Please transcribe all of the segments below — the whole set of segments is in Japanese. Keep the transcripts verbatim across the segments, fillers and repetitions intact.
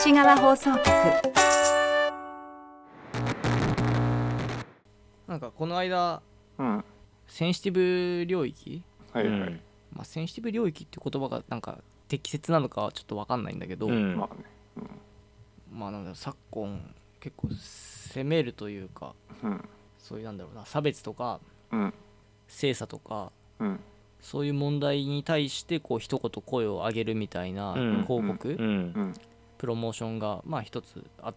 西側放送局。 なんかこの間、 うん、 センシティブ領域、 はいはい、 うんまあ、センシティブ領域っていう言葉がなんか適切なのかはちょっと分かんないんだけど、 うん、まあね、 うん、まあなんだろう昨今結構攻めるというか、 うん、 そういうなんだろうな差別とか、 うん、 性差とか、 うん、 そういう問題に対してこう一言声を上げるみたいな広告、 うんうん、 プロモーションがまあ一つあって、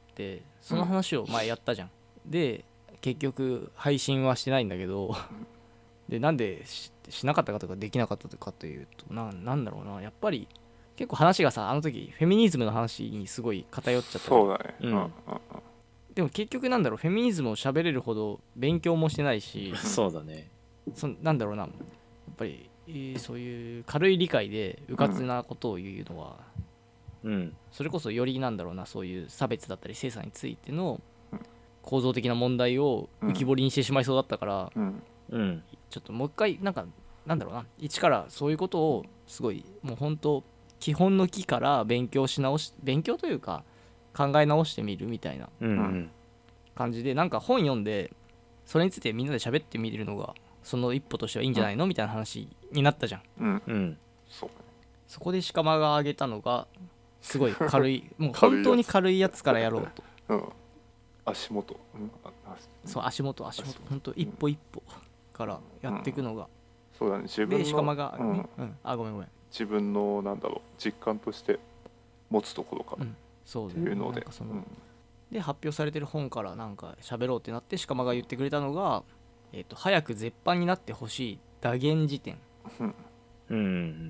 その話を前やったじゃん。で結局配信はしてないんだけどでなんで し, しなかったかとかできなかったかというと な, なんだろうなやっぱり結構話がさあの時フェミニズムの話にすごい偏っちゃった。 そうだね、うんうんうん、 でも結局なんだろうフェミニズムを喋れるほど勉強もしてないしそうだねそなんだろうなやっぱり、えー、そういう軽い理解でうかつなことを言うのは、 うん、それこそよりなんだろうなそういう差別だったり性差についての構造的な問題を浮き彫りにしてしまいそうだったから、 うんうん、 ちょっともう一回なんかなんだろうな一からそういうことをすごいもう本当基本の木から勉強し直し勉強というか考え直してみるみたいな感じで、なんか本読んでそれについてみんなで喋ってみるのがその一歩としてはいいんじゃないのみたいな話になったじゃん、 うんうん、 そうそこで鹿間が挙げたのがすごい軽いもう本当に軽いやつからやろうと、 うん、足元、うん、 そう足元足元本当一歩一歩からやっていくのが、うん、 そうだね自分ので鹿間が、ねうんうん、あごめんごめん自分のなんだろう実感として持つところから、うん、 そうっていうので、 その、うん、で発表されてる本からなんか喋ろうってなって鹿間が言ってくれたのが、えーと、早く絶版になってほしい打言辞典、 うんうん、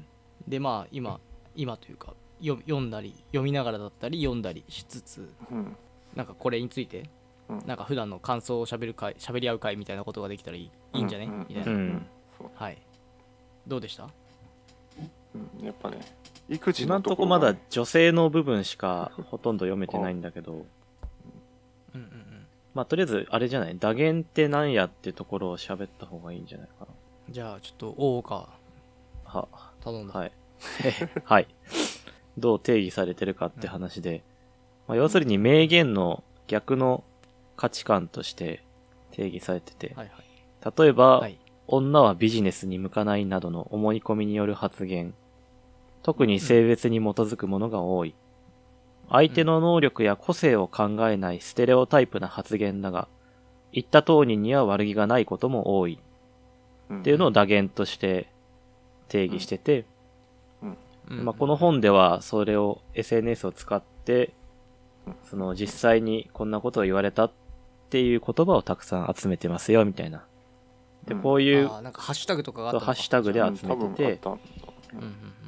でまあ今今というか読んだり読みながらだったり読んだりしつつ、うん、なんかこれについて、うん、なんか普段の感想をしゃべる会しゃべり合う会みたいなことができたらいい、いいんじゃね、うん、みたいな、うん、はいどうでした？ うん、やっぱね育児のところ、ね、今んとこまだ女性の部分しかほとんど読めてないんだけど、うんうんうん、まあとりあえずあれじゃない打言ってなんやってところを喋った方がいいんじゃないかな。 じゃあちょっと大岡は頼んだ。 はいはいどう定義されてるかって話で、うんまあ、要するに名言の逆の価値観として定義されてて、はいはい、例えば、はい、女はビジネスに向かないなどの思い込みによる発言、特に性別に基づくものが多い、うん、相手の能力や個性を考えないステレオタイプな発言だが、言った当人には悪気がないことも多い、うん、っていうのを打言として定義してて、うんうんまあ、この本ではそれを エスエヌエス を使ってその実際にこんなことを言われたっていう言葉をたくさん集めてますよみたいな。でこういう、 うん、あなんかハッシュタグとかがあったのか。 ハッシュタグで集めてて、うん、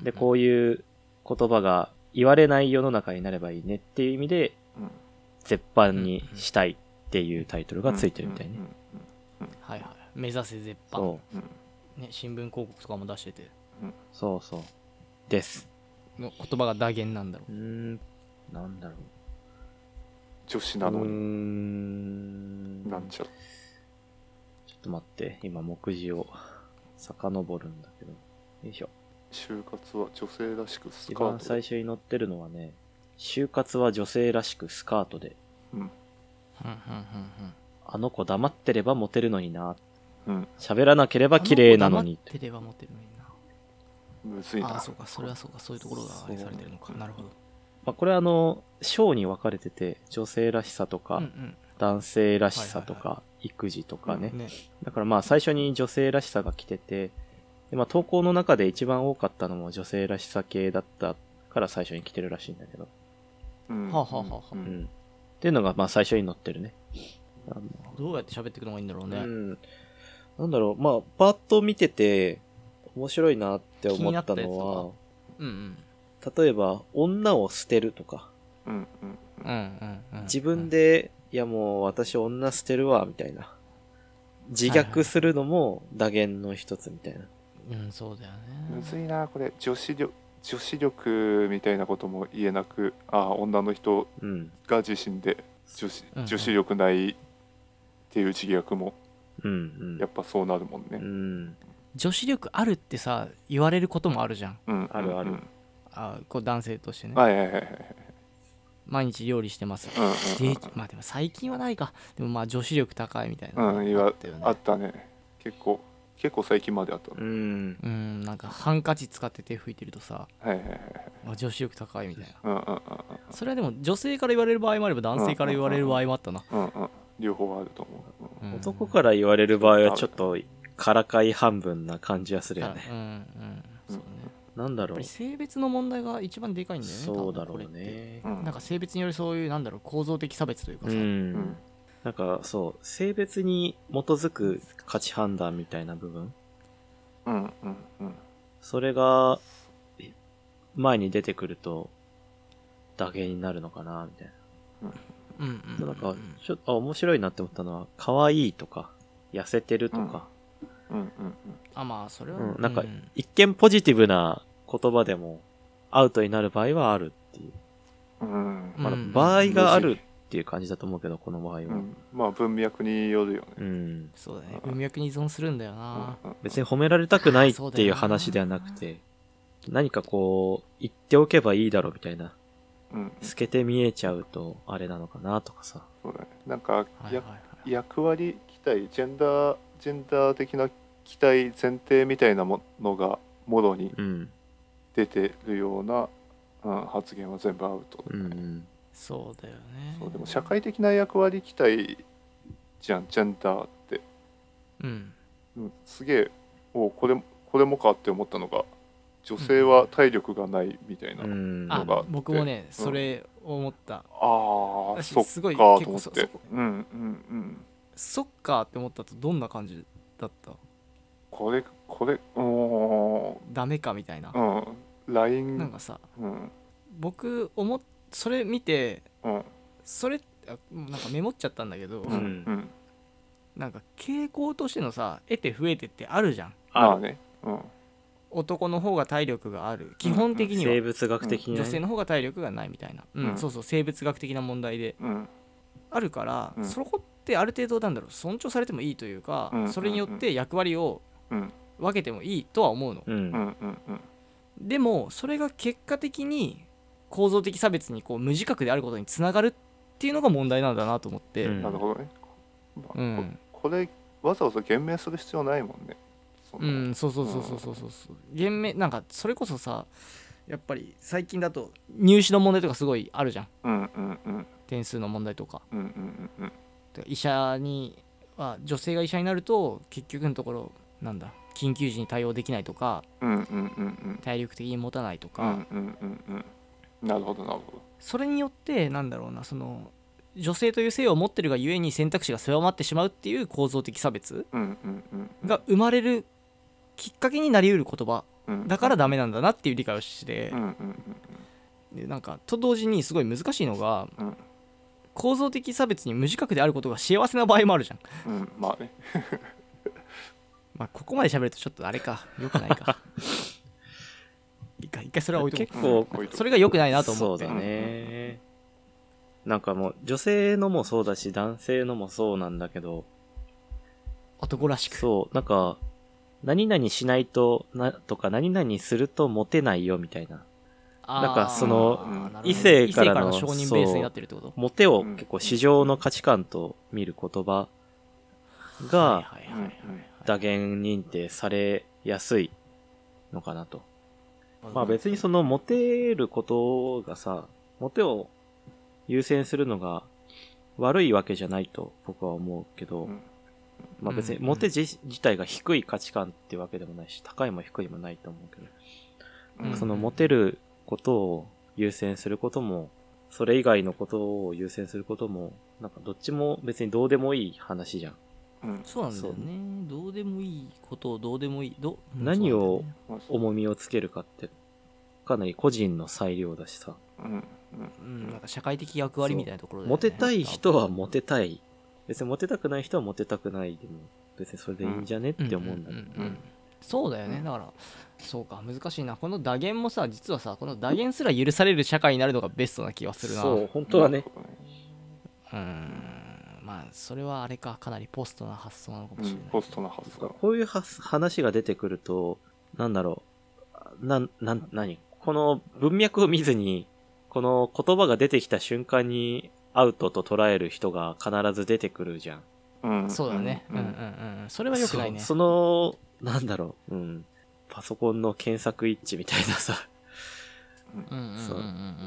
でこういう言葉が言われない世の中になればいいねっていう意味で、うん、絶版にしたいっていうタイトルがついてるみたいね。 はいはい。目指せ絶版。そう、ね、新聞広告とかも出してて。 うん、そうそうです。 の言葉が打言なんだろう。 うーんなんだろう。 女子なのに。 うーんなんちゃう。 ちょっと待って、今目次を遡るんだけど。よいしょ。 就活は女性らしくスカートで。 一番最初に載ってるのはね、就活は女性らしくスカートで。うん。あの子黙ってればモテるのにな。うん。喋らなければ綺麗なのに。 黙ってればモテるのにな。 むずいな。 ああ、そうか、それはそうか、そういうところがあれされてるのか。なるほど。 まあ、これはあの、章に分かれてて、女性らしさとか、うんうん、男性らしさとか、はいはいはい、育児とかね、うんね。だからまあ最初に女性らしさが来てて、でまあ投稿の中で一番多かったのも女性らしさ系だったから最初に来てるらしいんだけど。 うん。はあ、はあははあ、うん。 っていうのがまあ最初に載ってるね。 どうやって喋っていくのがいいんだろうね。うん。 なんだろう、まあパッと見てて面白いなって思ったのは、うんうん。例えば、女を捨てるとか、うんうんうんうん、自分で、いやもう私女捨てるわ、みたいな。自虐するのも打言の一つみたいな。 うん、そうだよね。 むずいな、これ。女子力、女子力みたいなことも言えなく、ああ、女の人が自身で女子、うん、女子力ないっていう自虐も、うんうん、やっぱそうなるもんね、うん。 女子力あるってさ、言われることもあるじゃん。 うん、あるある。 あこう男性としてね。 はいはいはいはい。 毎日料理してます、 うんうんうんでまあでも最近はないか。でもまあ女子力高いみたいな、 うん、いやあったよね。 あったね。結構結構最近まであったうね。 ん。 うんなんかハンカチ使って手拭いてるとさ、 はいはいはいはい。 あ女子力高いみたいな。 うんうんうんうん。 それはでも女性から言われる場合もあれば男性から言われる場合もあったな。 うんうん。両方あると思う。 うん男から言われる場合はちょっとからかい半分な感じはするよね。 うんうんそうね。 なんだろうやっぱり。性別の問題が一番でかいんだよね。 そうだろう多分これってね。 うんなんか性別によるそういうなんだろう構造的差別というかうさ、 うんん。なんかそう、性別に基づく価値判断みたいな部分。 うんうんうん。 それが前に出てくると打芸になるのかなみたいうんうんうんな。なんかちょっとあ面白いなって思ったのは可愛いとか痩せてるとか、 うんうんあまあそれは、 うんなんかうん一見ポジティブな言葉でもアウトになる場合はあるっていう、 うん。うんまあうん場合があるっていう感じだと思うけどこの場合は、 うん。まあ文脈によるようね。 ん、 そうだね文脈に依存するんだよな、 うん別に褒められたくないっていうそうだよな話ではなくて何かこう言っておけばいいだろうみたいなうん。 透けて見えちゃうとあれなのかなとかさ。 そうだね。なんかはいはいやはい役割期待、ジェンダージェンダー的な期待前提みたいなものがもろにうん。 出てるような、うん、発言は全部アウトだね。 うんうん。 そうだよね。 そうでも社会的な役割期待じゃん、ジェンダーって。 うんうんすげえ、おこれこれもかって思ったのが、女性は体力がないみたいな。 うん。 あのがあって僕もねそれ思った、 ああ、 私そっすごいかと結構思ってそそこ。 うんうんうん。 そっかって思ったとどんな感じだった？ これ、これ、おダメかみたいな、 ーうん。ライン、 なんかさうん僕思っそれ見てうんそれあなんかメモっちゃったんだけど、 うんうん。 なんか傾向としてのさ得て増えてってあるじゃん。 まあね。うん男の方が体力がある基本的には、 生物学的にね。 女性の方が体力がないみたいな、うんうんそうそう生物学的な問題でうんあるから、 うんそこってある程度なんだろう尊重されてもいいというか、 うんそれによって役割をうん分けてもいいとは思うの、 うん。 うんうんうんでもそれが結果的に構造的差別にこう無自覚であることにつながるっていうのが問題なんだなと思って、 うんなるほどね。まあうんここれわざわざ言明する必要ないもんね。そのうん、そうそうそうそうそうそうそう現名なんかそれこそさやっぱり最近だと入試の問題とかすごいあるじゃん。 うんうんうん点数の問題とかうんうんうん医者には女性が医者になると結局のところなんだ緊急時に対応できないとかうんうんうんうん体力的に持たないとか、 うんうんうんうんなるほどなるほど。 それによってなんだろうなその女性という性を持ってるがゆえに選択肢が狭まってしまうっていう構造的差別うんうんうんが生まれるきっかけになりうる言葉うんだからダメなんだなっていう理解をしてうんうんうんでなんかと同時にすごい難しいのがうん構造的差別に無自覚であることが幸せな場合もあるじゃん。 うんまあね。 まあここまで喋るとちょっとあれか良くないか一回一回それは置いとこ結構、 うんうそれが良くないなと思ってそうだね。なんかもう女性のもそうだし男性のもそうなんだけど、 男らしくそう、なんか、何々しないと、な、とか何々するとモテないよみたいな。 あーなんかそのなるほど異性からの異性承認ベースになってるってことモテを結構市場の価値観と見る言葉がはいはいはいはい打言認定されやすいのかなと。まあ別にそのモテることがさ、モテを優先するのが悪いわけじゃないと僕は思うけど、 うんまあ別にうんモテ自自体が低い価値観ってわけでもないし、高いも低いもないと思うけど、 うんそのモテることを優先することも、それ以外のことを優先することも、なんかどっちも別にどうでもいい話じゃん。 うんそうなんだよねどうでもいいことをどうでもいいどうん何をそうなんだよね重みをつけるかって、かなり個人の裁量だしさ。 うんうんうん、なんか社会的役割みたいなところで、ね、 モテたい人はモテたい。別にモテたくない人はモテたくないでも、別にそれでいいんじゃねって思うんだけど。 うんうんうんそうだよねだからそうか難しいなこの打言もさ実はさこの打言すら許される社会になるのがベストな気がするなそう、本当はね。 うーんまあそれはあれかかなりポストな発想なのかもしれない、 うんポストの発想。 こういうは話が出てくると、なんだろう。な、な、なにこの文脈を見ずにこの言葉が出てきた瞬間にアウトと捉える人が必ず出てくるじゃん。 うん、 そうだね。うんうんうん。それは良くないね。 そ, その、なんだろう、うん。パソコンの検索一致みたいなさ。 うんうんうんうんうん。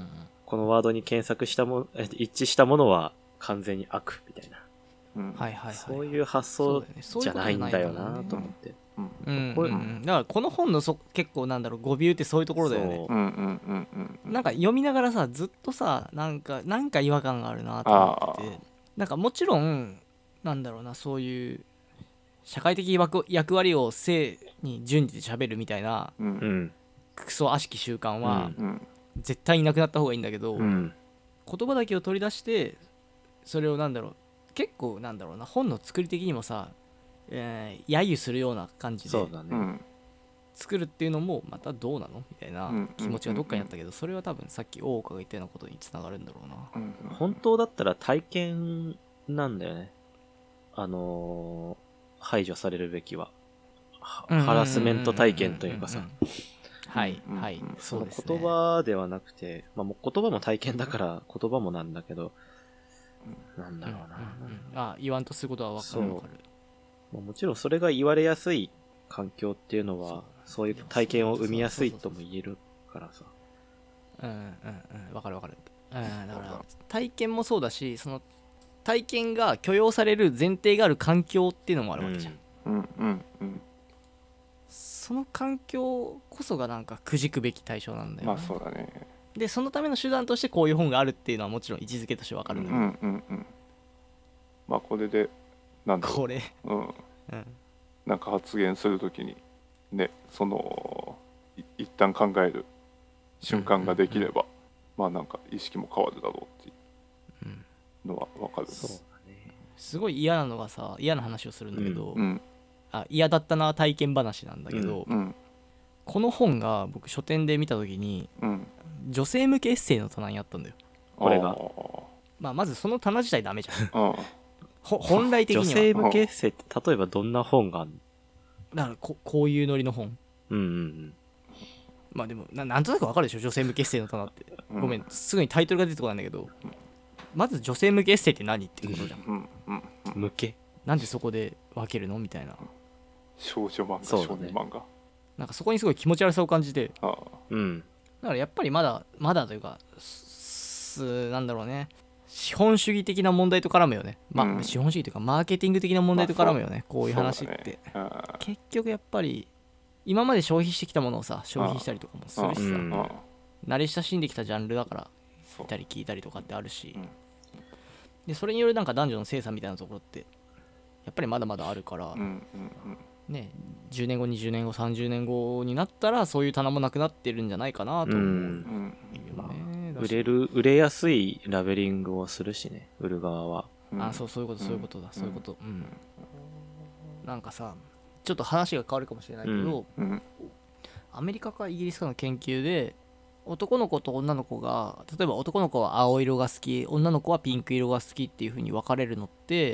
このワードに検索したもの、一致したものは完全に悪みたいな。 うん、はいはいはい。 そういう発想じゃないんだよなと思って。 うんうんうん、だからこの本のそ結構なんだろう語尾ってそういうところだよね。 うんうんうんうん。 なんか読みながらさずっとさなんかなんか違和感があるなと思ってて、なんかもちろんなんだろうなそういう社会的役割を性に順次で喋るみたいな、うん、クソ悪しき習慣は、うん、絶対になくなった方がいいんだけど、うん、言葉だけを取り出してそれをなんだろう結構なんだろうな本の作り的にもさえー、揶揄するような感じで作るっていうのもまたどうなのみたいな気持ちがどっかにあったけど、それは多分さっき大岡が言ったようなことにつながるんだろうな、 うんうん、本当だったら体験なんだよね。あのー、排除されるべきはハラスメント体験というかさ、 はいはいそうですね、言葉ではなくて、まあ、もう言葉も体験だから言葉もなんだけど、なんだろうな、 うんうん、あ言わんとすることは分かる分かる。 もちろんそれが言われやすい環境っていうのはそういう体験を生みやすいとも言えるからさ。 うんうんうん分かる分かる。うんだから体験もそうだしその体験が許容される前提がある環境っていうのもあるわけじゃん。 うんうんうん。 その環境こそがなんかくじくべき対象なんだよ、ね。 まあそうだね。 でそのための手段としてこういう本があるっていうのはもちろん位置づけとして分かるんだけど。 うんうんうん。まあこれでなんだろうこれ。 うん。うんなんか発言するときにねその一旦考える瞬間ができれば、うんうんうん、まあなんか意識も変わるだろうっていうのは分かる、うん、 そうだね。すごい嫌なのがさ嫌な話をするんだけど、 うん、 あ嫌だったな体験話なんだけど、 うん、 この本が僕書店で見たときに、うん、女性向けエッセイの棚にあったんだよこれが。 まあまずその棚自体ダメじゃん本来的には女性向けエッセイって例えばどんな本があるの？ だからここういうノリの本。 うんうんうん。 まあでも な, なんとなくわかるでしょ女性向けエッセイの棚って。ごめんすぐにタイトルが出てこないんだけど、まず女性向けエッセイって何ってことじゃん。 うんうんうん、 向けなんでそこで分けるのみたいな。 少女漫画、少年漫画。 なんかそこにすごい気持ち悪さを感じて。 ああうん。 だからやっぱりまだまだというかすなんだろうね。資本主義的な問題と絡むよね、まあうん、資本主義というかマーケティング的な問題と絡むよね、まあ、こういう話って、ね、結局やっぱり今まで消費してきたものをさ消費したりとかもするしさ、うん、慣れ親しんできたジャンルだから見たり聞いたりとかってあるし、うん、でそれによるなんか男女の性差みたいなところってやっぱりまだまだあるから、うんうんうんね、じゅうねんごにじゅうねんごさんじゅうねんごになったらそういう棚もなくなってるんじゃないかなと思う、うんね、売れる売れやすいラベリングをするしね売る側は、 うん、あそうそういうことそういうことだ、うん、そういうことうんなんかさちょっと話が変わるかもしれないけど、うん、アメリカかイギリスかの研究で男の子と女の子が例えば男の子は青色が好き女の子はピンク色が好きっていう風に分かれるのって、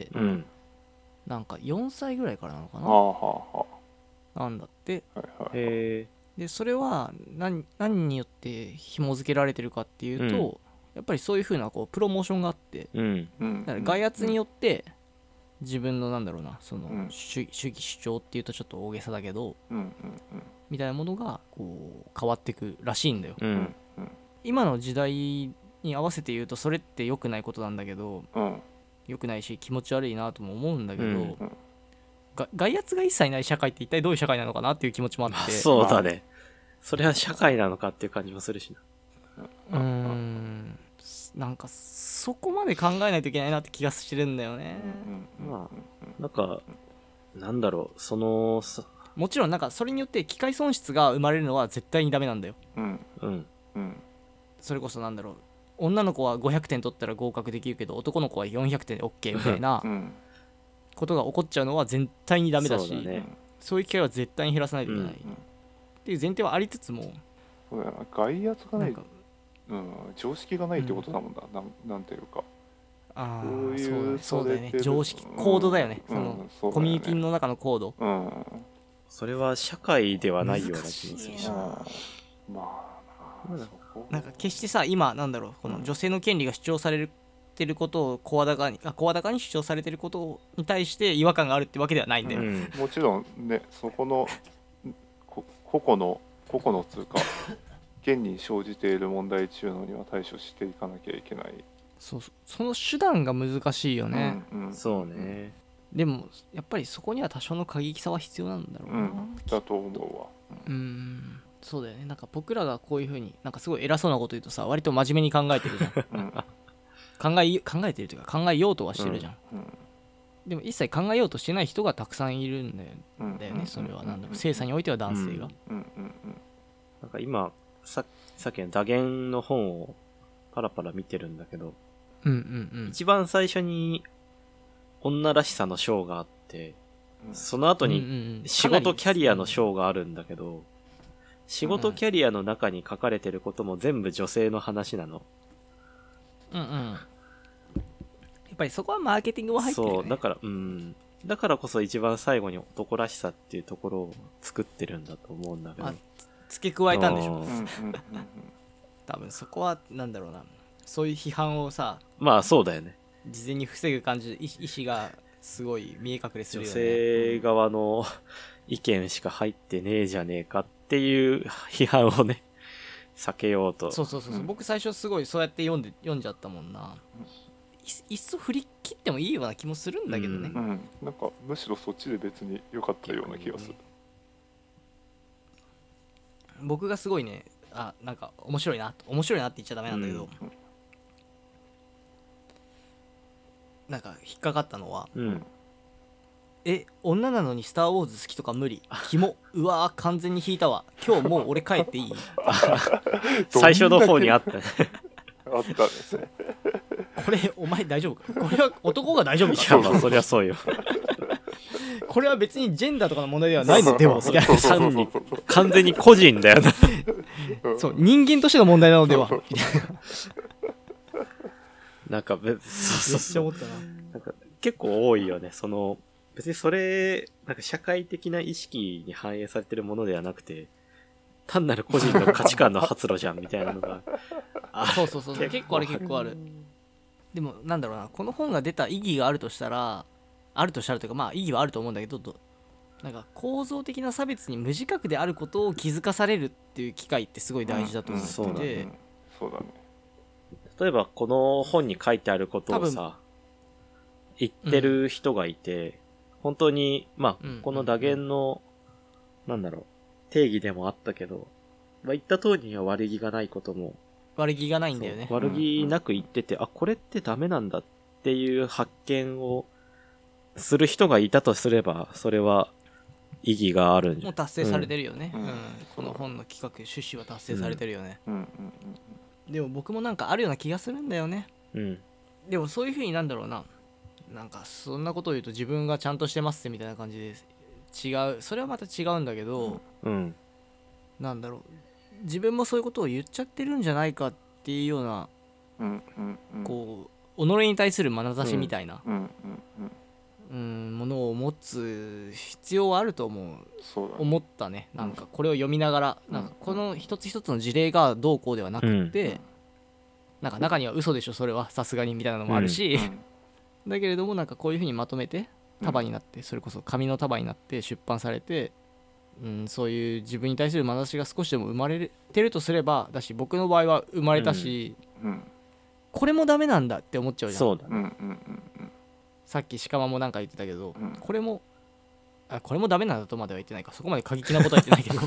うん、なんかよんさいぐらいからなのかな、はあはあ、なんだって、はいはいはい、へーでそれは 何, 何によって紐付けられてるかっていうと、うん、やっぱりそういう風なこうプロモーションがあって、うん、だから外圧によって自分のなんだろうなその、うん、主, 主義主張っていうとちょっと大げさだけど、うんうんうん、みたいなものがこう変わっていくらしいんだよ、うんうん、今の時代に合わせて言うとそれって良くないことなんだけど、うん、良くないし気持ち悪いなとも思うんだけど、うんうん外圧が一切ない社会って一体どういう社会なのかなっていう気持ちもあってそうだねそれは社会なのかっていう感じもするしなうーんなんかそこまで考えないといけないなって気がしてるんだよねまあなんかなんだろうそのもちろんなんかそれによって機械損失が生まれるのは絶対にダメなんだようんうんうんそれこそなんだろう女の子はごひゃくてん取ったら合格できるけど男の子はよんひゃくてんで OK みたいな、うんことが起こっちゃうのは絶対にダメだし そうだね、そういう機会は絶対に減らさないといけない、うん、っていう前提はありつつもそうだな外圧がないなんか、うん、常識がないってことだもんだ、うん、なん、なんていうかあそういうそうだよね常識コードだよね、うん、その、うん、そコミュニティの中のコード、 うん、 それは社会ではないような気もするしまあまあそこなんか決してさ今なんだろうこの女性の権利が主張されてることを声高にあ声高に主張されてることに対して違和感があるってわけではないんだよ、 うん、もちろんねそこのこ個々の個々の通貨現に生じている問題っていうのには対処していかなきゃいけない。 そうそうその手段が難しいよね、 うんうん、そうね。 でもやっぱりそこには多少の過激さは必要なんだろうな、うん、 だと思うわ。 うん、うんそうだよね。なんか僕らがこういう風になんかすごい偉そうなこと言うとさ割と真面目に考えてるじゃん、うん、考え考えてるというか考えようとはしてるじゃん、うんうん、でも一切考えようとしてない人がたくさんいるんだよ、うん、だよね。それはなんだろう性差においては男性が、うんうんうんうん、 なんか今 さ, さっきの打言の本をパラパラ見てるんだけど、 うんうんうん、 一番最初に女らしさの章があって、うん、その後に仕事キャリアの章があるんだけど、うんうん、仕事キャリアの中に書かれてることも全部女性の話なの。 うんうん。やっぱりそこはマーケティングも入ってるよね。 そうだからうんだからこそ一番最後に男らしさっていうところを作ってるんだと思うんだけど。あ付け加えたんでしょ。多分そこはなんだろうな。そういう批判をさ。 まあそうだよね。 事前に防ぐ感じ意思がすごい見え隠れするよね。 女性側の意見しか入ってねえじゃねえかっていう批判をね避けようと。 そうそうそうそう、うん、僕最初すごいそうやって読んで読んじゃったもんな。い, いっそ振り切ってもいいような気もするんだけどね、 うんうん、なんかむしろそっちで別に良かったような気がする。 僕がすごいねあなんか面白いな面白いなって言っちゃダメなんだけど、うん、なんか引っかかったのは、うん、え女なのにスターウォーズ好きとか無理キモうわー完全に引いたわ今日もう俺帰っていい最初の方にあったねあったんですねこれお前大丈夫かこれは男が大丈夫かいやまあそりゃそうよこれは別にジェンダーとかの問題ではないのでは完全に個人だよねそう人間としての問題なのではなんか別そうそうそうなんか結構多いよね。その別にそれなんか社会的な意識に反映されてるものではなくて単なる個人の価値観の発露じゃんみたいなのがあそうそうそう結構ある結構ある。でもなんだろうなこの本が出た意義があるとしたらあるとしたらというかまあ意義はあると思うんだけどなんか構造的な差別に無自覚であることを気づかされるっていう機会ってすごい大事だと思ってて、うんうん、そうだね、 そうだね。 例えばこの本に書いてあることをさ言ってる人がいて、うん、本当にまあ、うん、この打言の、うん、なんだろう定義でもあったけど、まあ、言った通りには悪気がないことも悪気がないんだよね。 悪気なく言ってて、うん、あこれってダメなんだっていう発見をする人がいたとすればそれは意義があるんじゃもう達成されてるよね、うんうん、この本の企画趣旨は達成されてるよね、うんうんうんうん、でも僕もなんかあるような気がするんだよね、うん、でもそういう風になんだろうななんかそんなことを言うと自分がちゃんとしてますってみたいな感じで違うそれはまた違うんだけど、うん、なんだろう自分もそういうことを言っちゃってるんじゃないかっていうような、うんうんうん、こう己に対する眼差しみたいな、うんうんうんうん、ものを持つ必要はあると思う、そうだね、思ったね。なんかこれを読みながら、うん、なんかこの一つ一つの事例がどうこうではなくて、うん、なんか中には嘘でしょそれはさすがにみたいなのもあるし、うん、だけれどもなんかこういう風にまとめて束になって、それこそ紙の束になって出版されて、うん、そういう自分に対する眼差しが少しでも生まれてるとすればだし僕の場合は生まれたし、うんうん、これもダメなんだって思っちゃうじゃん。そうだね、うんうんうんさっき鹿間もなんか言ってたけど、うん、これもあこれもダメなんだとまでは言ってないかそこまで過激なことは言ってないけど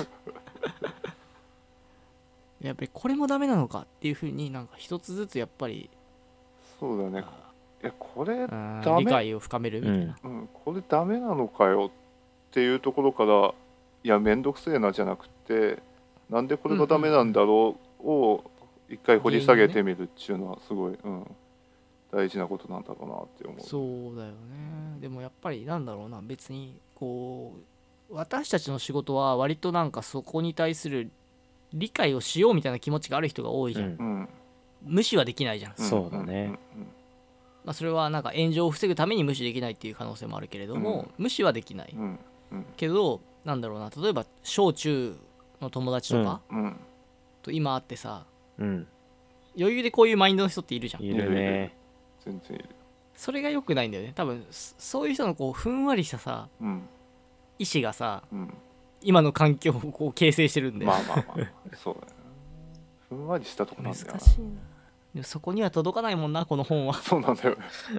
やっぱりこれもダメなのかっていう風になんか一つずつやっぱりそうだねいやこれダメ理解を深めるみたいな、 うんうん、これダメなのかよっていうところからいやめんどくせえなじゃなくてなんでこれがダメなんだろうを一回掘り下げてみるっていうのはすごい、うん、大事なことなんだろうなって思う。 そうだよね。でもやっぱりなんだろうな別にこう私たちの仕事は割となんかそこに対する理解をしようみたいな気持ちがある人が多いじゃん、うん、無視はできないじゃん。 そうだね、 まあ、それはなんか炎上を防ぐために無視できないっていう可能性もあるけれども、うん、無視はできない、うんうん、けどなんだろうな例えば小中の友達とかと今あってさ、 うん、 余裕でこういうマインドの人っているじゃん。 いるね。 全然いる。 それが良くないんだよね多分。そういう人のこうふんわりしたさ、 うん、 意志がさ、 うん、 今の環境をこう形成してるんで。 まあまあまあそうだよね。ふんわりしたとこなんだよな。 難しいな。でもそこには届かないもんなこの本は。 そうなんだよね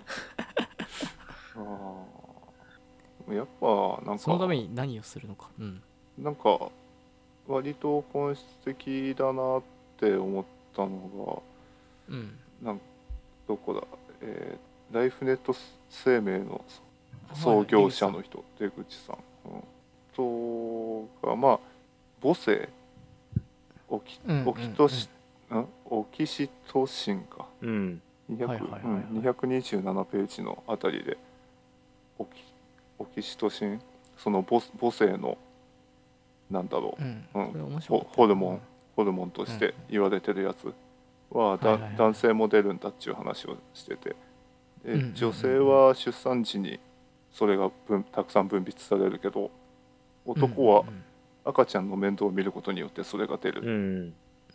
あやっぱなんかそのために何をするのか。うん。 なんか割と本質的だなって思ったのが、うん、なんどこだ、えー、ライフネット生命の創業者の人、出口さん、うん、とがまあ母性オキトシオキシトシンか、うん、にひゃくにじゅうななページのあたりでオキ、オキシトシン、その母、母性のなんだろう、うんうん、ホルモンホルモンとして言われてるやつは、だ男性も出るんだっていう話をしてて、で女性は出産時にそれが分たくさん分泌されるけど、男は赤ちゃんの面倒を見ることによってそれが出る、うん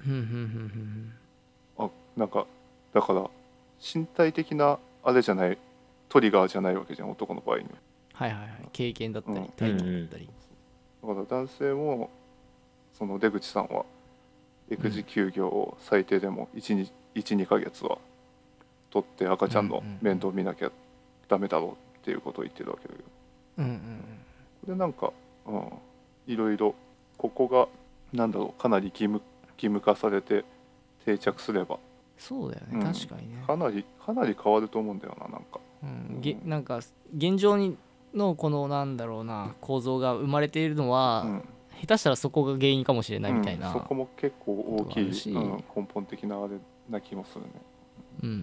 あなんかだから身体的なあれじゃない、トリガーじゃないわけじゃん男の場合に。 はいはいはい、経験だったり体験だったり、 だから男性もその出口さんは育児休業を最低でも いちにかげつは取って赤ちゃんの面倒を見なきゃダメだろうっていうことを言ってるわけだけど、うんうんうん、でなんか、うん、いろいろここがなんだろうかなり義務、義務化されて定着すればそうだよね、うん、確かにねかなりかなり変わると思うんだよな。なんか、 うんうん、げなんか現状にのこのなんだろうな構造が生まれているのは、うん、下手したらそこが原因かもしれないみたいな、 うん、そこも結構大きい、うん、根本的なあれな気もするね。うんうんうんうん。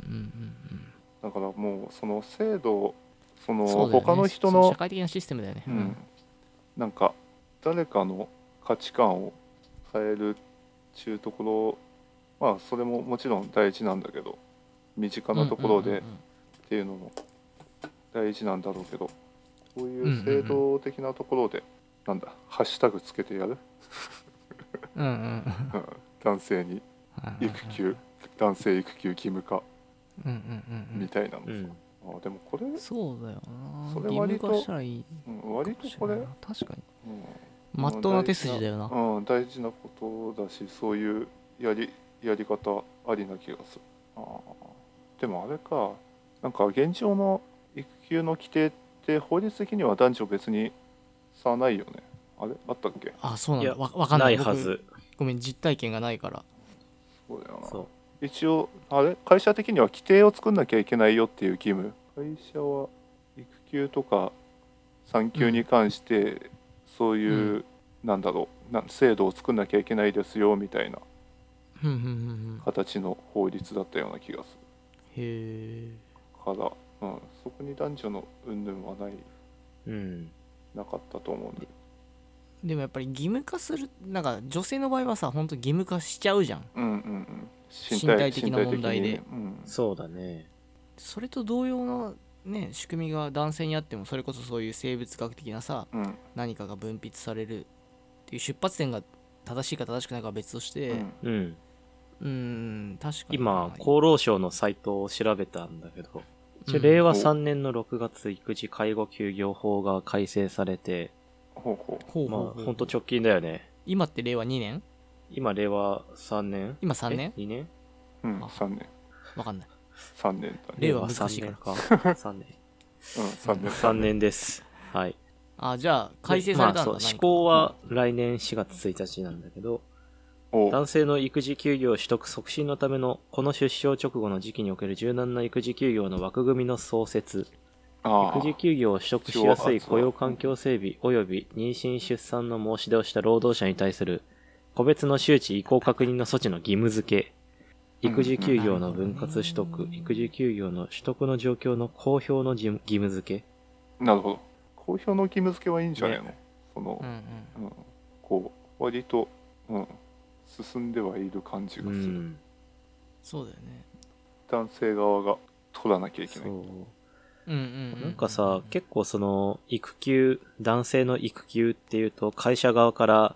だからもうその制度そのそ、ね、他の人の社会的なシステムだよね、うん、 なんか誰かの価値観を変えるっていうところ、まあそれももちろん大事なんだけど、身近なところでっていうのも大事なんだろうけど、こういう制度的なところで、うんうんうん、なんだハッシュタグつけてやるうんうん、うん、男性に育休男性育休義務化、うんうんうん、みたいなのさ、うん、あでもこれそうだよな、 それ割と義務化したらいい、 うん、割とこれ確かにま、うん、っとうな手筋だよな、 うん、大事なことだし、そういうやりやり方ありな気がする。あでもあれか、なんか現状の育休の規定って法律的には男女別に差ないよね。あれあったっけ？ あ、そうなんだ。わ、わかんない。 ないはず。 ごめん、実体験がないから。 そうだよな。そう一応あれ会社的には規定を作んなきゃいけないよっていう義務。会社は育休とか産休に関して、うん、そういう、うん、なんだろうな制度を作んなきゃいけないですよみたいな形の法律だったような気がする。へえ。から、うん、そこに男女の云々はない、うん、なかったと思うんで。 でもやっぱり義務化する、なんか女性の場合はさ、本当義務化しちゃうじゃん。うんうんうん。身体、身体的な問題で、ね、うん。そうだね。それと同様のね仕組みが男性にあっても、それこそそういう生物学的なさ、うん、何かが分泌されるっていう出発点が正しいか正しくないかは別として、うん、うんうん、確かに今厚労省のサイトを調べたんだけど、うん、れいわさんねんのろくがつ育児介護休業法が改正されて、ほうほうほうまあほんと直近だよね。 今ってれいわにねん？ 今れいわさんねん？ 今さんねん？ にねん？ うんさんねん。 わかんない。 さんねんだ、ね。 れいわ難しいからか。 さんねん。 うん、さんねん。 さんねんです。はい。 あ、じゃあ改正されたんだ、 まあ、そう施行は来年しがつついたちなんだけど、男性の育児休業取得促進のためのこの出生直後の時期における柔軟な育児休業の枠組みの創設、育児休業を取得しやすい雇用環境整備及び妊娠出産の申し出をした労働者に対する個別の周知移行確認の措置の義務付け、育児休業の分割取得、育児休業の取得の状況の公表の義務付け。 なるほど。公表の義務付けはいいんじゃないの、ね、その、うんうんうん、こう割と、うん、進んではいる感じがする、うん、 そうだよね。 男性側が取らなきゃいけない。そううんうんうん、なんかさ、結構その育休、男性の育休っていうと会社側から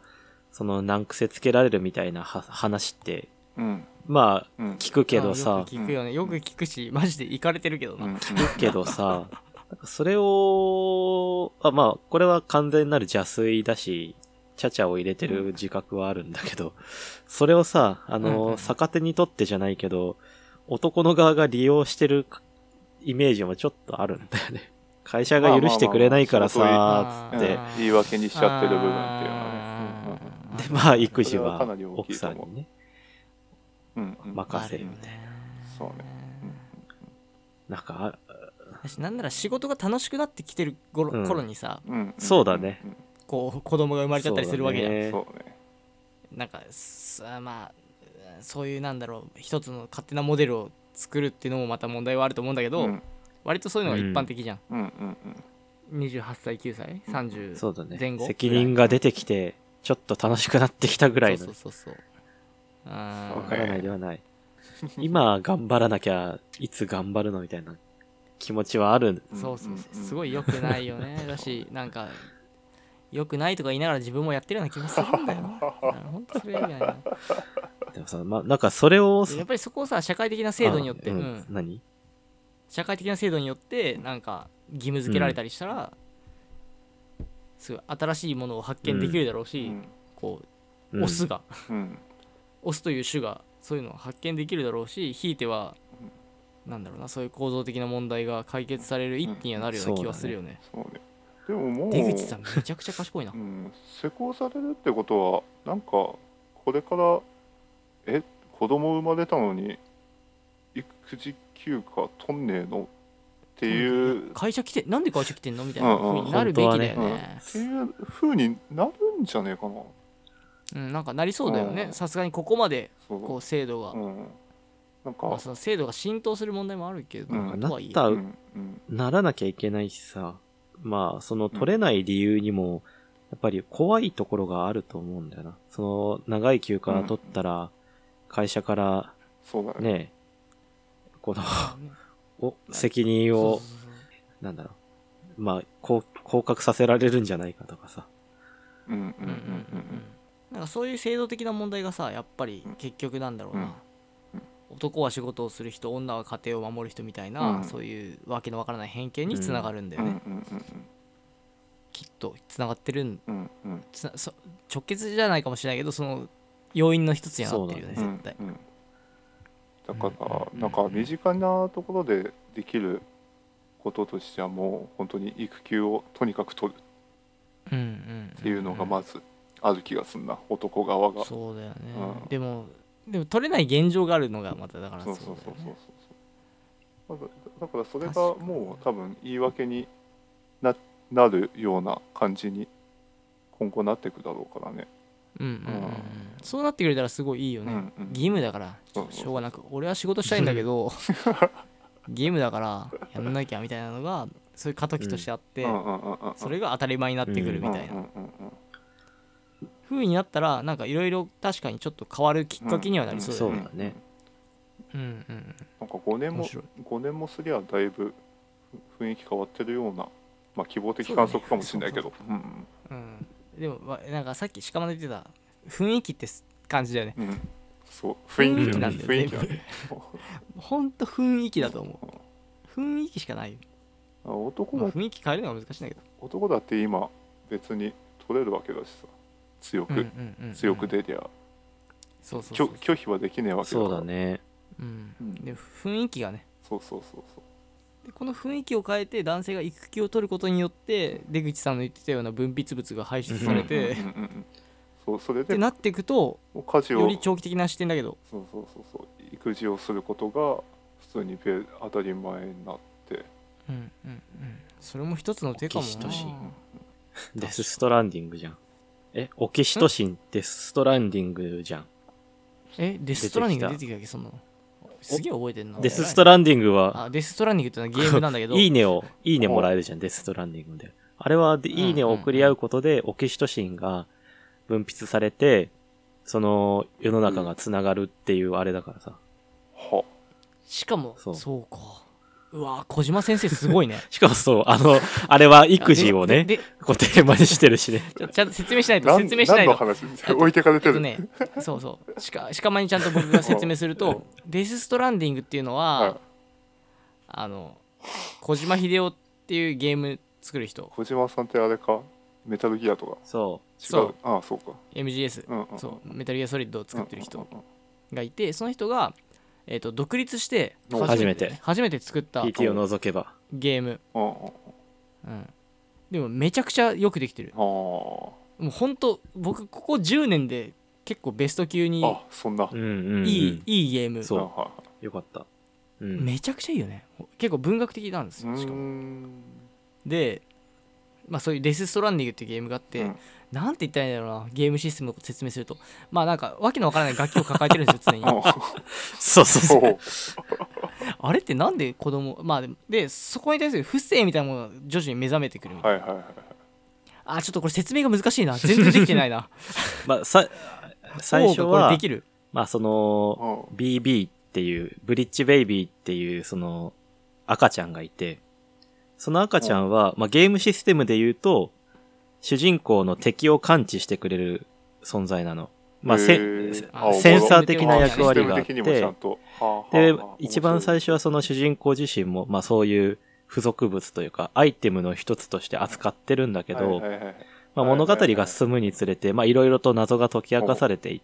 その難癖つけられるみたいな話って、 うん、 まあ、聞くけどさ、 よく聞くよね。よく聞くし、マジでイカれてるけどな。 聞くけどさ、それを、あ、まあ、これは完全なる邪推だし、チャチャを入れてる自覚はあるんだけど、それをさ、あの、うんうん、逆手にとってじゃないけど、男の側が利用してるイメージもちょっとあるんだよね。会社が許してくれないからさ、つって。 言い訳にしちゃってる部分っていうのはね。で、まあ、育児は奥さんにね、 うんうん、 任せるみたいな。 そうね。 なんか、 なんなら仕事が楽しくなってきてる頃、うん、頃にさ、 うん、そうだね。 こう子供が生まれちゃったりするわけじゃん。 そうね。 なんかまあそういうなんだろう一つの勝手なモデルを作るっていうのもまた問題はあると思うんだけど、うん、割とそういうのが一般的じゃん。 うんうんうん、にじゅうはっさいきゅうさいさんじゅうそうだね。 前後責任が出てきてちょっと楽しくなってきたぐらいの。 そうそうそうそう。 あ分からないではない。今頑張らなきゃいつ頑張るのみたいな気持ちはある。 そうそうそう。すごい良くないよね。だしなんか。よくないとか言いながら自分もやってるような気もするんだよな。本当それ以外な。 でもさ、まあ、なんかそれをやっぱりそこをさ社会的な制度によって、 うんうん、 何？ 社会的な制度によってなんか義務付けられたりしたら、うん、すごい新しいものを発見できるだろうし、うん、こうオスが、うん、オスという種がそういうのを発見できるだろうし、ひいては、うん、なんだろうなそういう構造的な問題が解決される一手にはなるような気はするよね。 うん、そうね。でももう出口さんめちゃくちゃ賢いな、 うん、施行されるってことはなんかこれからえ子供生まれたのに育児休暇取んねえのっていう会社来てなんで会社来てんのみたいな風になるべきだよね、うんうんねうん、っていう風になるんじゃねえかな。 うん、なんかなりそうだよね。さすがにここまでこう制度が、うん、なんか、まあ、その制度が浸透する問題もあるけど、 うん、なった、うんうん、ならなきゃいけないしさ。まあ、その取れない理由にも、やっぱり怖いところがあると思うんだよな。その、長い休暇取ったら、会社から、ね、この、お、責任を、なんだろう、まあ、降格させられるんじゃないかとかさ。 うんうんうんうん。なんかそういう制度的な問題がさ、やっぱり結局なんだろうな。男は仕事をする人、女は家庭を守る人みたいな、うん、そういうわけのわからない偏見につながるんだよね、うんうんうんうん、きっとつながってるん、うんうん、つなそ直結じゃないかもしれないけどその要因の一つにはなってるよね、絶対、うんうん、 だから、うんうん、なんか身近なところでできることとしてはもう本当に育休をとにかく取るっていうのがまずある気がするな、男側が。 そうだよね、うん、でもでも取れない現状があるのがまただからそうそうそうそうそうそう。だからそれがもう多分言い訳に な, なるような感じに今後なっていくだろうからね。 うんうんうん、うん、そうなってくれたらすごいいいよね、うんうん、義務だからしょうがなく俺は仕事したいんだけど義務だからやんなきゃみたいなのがそういう過渡期としてあって、うん、それが当たり前になってくるみたいな、うんうんうんうん風になったらなんかいろいろ確かにちょっと変わるきっかけにはなりそうだよね、 うんうん、そうだね。 うんうん。 なんかごねんもごねんもすりゃだいぶ雰囲気変わってるような、まあ希望的観測かもしれないけど、うんうん。でもなんかさっきしかも言ってた雰囲気って感じだよね。 うん、そう雰囲気なんだよね。雰囲気ほんと雰囲気だと思う。雰囲気しかないよ。 男だ、 まあ、雰囲気変えるのは難しいんだけど。 男だって今別に取れるわけだしさ。強く、うんうんうんうん、強く出りゃそうそうそう拒否はできねえわけだから。 そうだね、 うんうん、で雰囲気がねそうそうそうそうでこの雰囲気を変えて男性が育休を取ることによって出口さんの言ってたような分泌物が排出されてそうそれでってなっていくとより長期的な視点だけどそうそうそうそう育児をすることが普通に当たり前になってうんうんうんそれも一つの手かもな。 デスストランディングじゃん。え、オキシトシンデスストランディングじゃん。 え、デスストランディング出てきたっけそんなの。すげえ覚えてんな。 デスストランディングは、 あ、デスストランディングってのはゲームなんだけど。 いいねを、いいねもらえるじゃん、デスストランディングで。あれは、いいねを送り合うことで、オキシトシンが分泌されて、その、世の中がつながるっていうあれだからさ。 は、 しかも、そう、そうか。 うわ小島先生すごいね。 しかもそう、あの、あれは育児をね、こうテーマにしてるしね。 ちゃんと説明しないと、説明しないと。 何の話置いてかれてる。 えっとね、そうそう。しか、しかまにちゃんと僕が説明すると、デスストランディングっていうのは、はい、あの、小島秀夫っていうゲーム作る人。 小島さんってあれかメタルギアとか。 そう。 違う。ああ、そうか。 エムジーエス、うんうん、そう、メタルギアソリッドを作ってる人がいて、その人が、えー、と独立して初めて初めて作ったピーティー を除けばゲーム、うん、でもめちゃくちゃよくできてる。もうほんと僕ここじゅうねんで結構ベスト級にあそんないい、いいゲーム。 そうよかった、 うん、めちゃくちゃいいよね。結構文学的なんですよ。しかもで、まあ、そういうデスストランディングっていうゲームがあって、うん、なんて言ったらいいんだろうな、ゲームシステムを説明すると、まあなんかわけのわからない楽器を抱えてるんですよ常に。 そうそうそう。 あれってなんで子供、まあでそこに対する不正みたいなものが徐々に目覚めてくるみたいな。はいはいはい、あちょっとこれ説明が難しいな、全然できてないな。 まあさ最初はできる、まあその ビービー っていうブリッジベイビーっていうその赤ちゃんがいて、その赤ちゃんは、まあ、ゲームシステムで言うと主人公の敵を感知してくれる存在なの。まあ、センサー的な役割があって、で、一番最初はその主人公自身も、まあそういう付属物というか、アイテムの一つとして扱ってるんだけど、まあ物語が進むにつれて、まあいろいろと謎が解き明かされていって、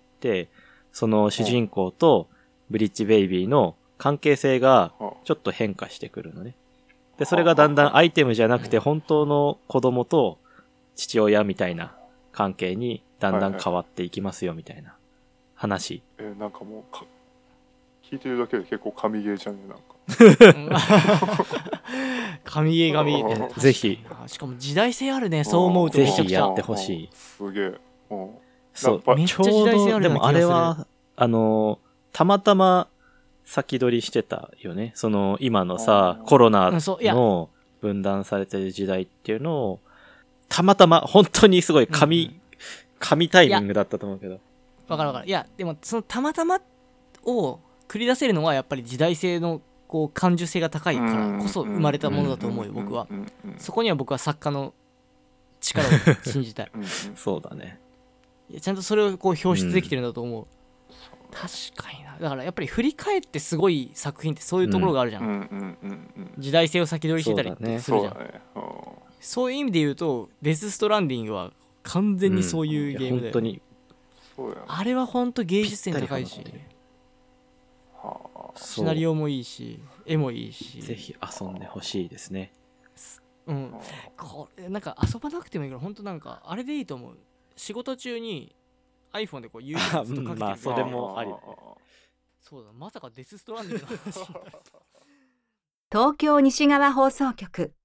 その主人公とブリッジベイビーの関係性がちょっと変化してくるのね。で、それがだんだんアイテムじゃなくて本当の子供と父親みたいな関係にだんだん変わっていきますよみたいな話。 はいはい、えー、なんかもうか聞いてるだけで結構神ゲーじゃねえなんか。 神ゲー神ゲー。 ぜひ。 しかも時代性あるね。そう思うとめちゃくちゃぜひやってほしい。 すげえ。 そうめっちゃ時代性ある。でもあれはあのたまたま先取りしてたよね。その今のさコロナの分断されてる時代っていうのをたまたま本当にすごい神、うんうん、神タイミングだったと思うけど。 わかるわかる。いやでもそのたまたまを繰り出せるのはやっぱり時代性のこう感受性が高いからこそ生まれたものだと思うよ僕は。そこには僕は作家の力を信じたい。 そうだね。 いやちゃんとそれをこう表出できてるんだと思う。うん、確かにな。だからやっぱり振り返ってすごい作品ってそういうところがあるじゃん。うん、時代性を先取りしてたりってするじゃん。そうだね。そういう意味で言うとデスストランディングは完全にそういうゲームだよ、ね。うん、本当に。あれは本当芸術性高いし、シナリオもいいし絵もいいし、 ぜひ遊んでほしいですね。 うん、これなんか遊ばなくてもいいから本当なんかあれでいいと思う。仕事中に iPhone でこう YouTube ずっとかけてる。 まあそれもあり。 そうだ、まさかデスストランディングの話。 東京西側放送局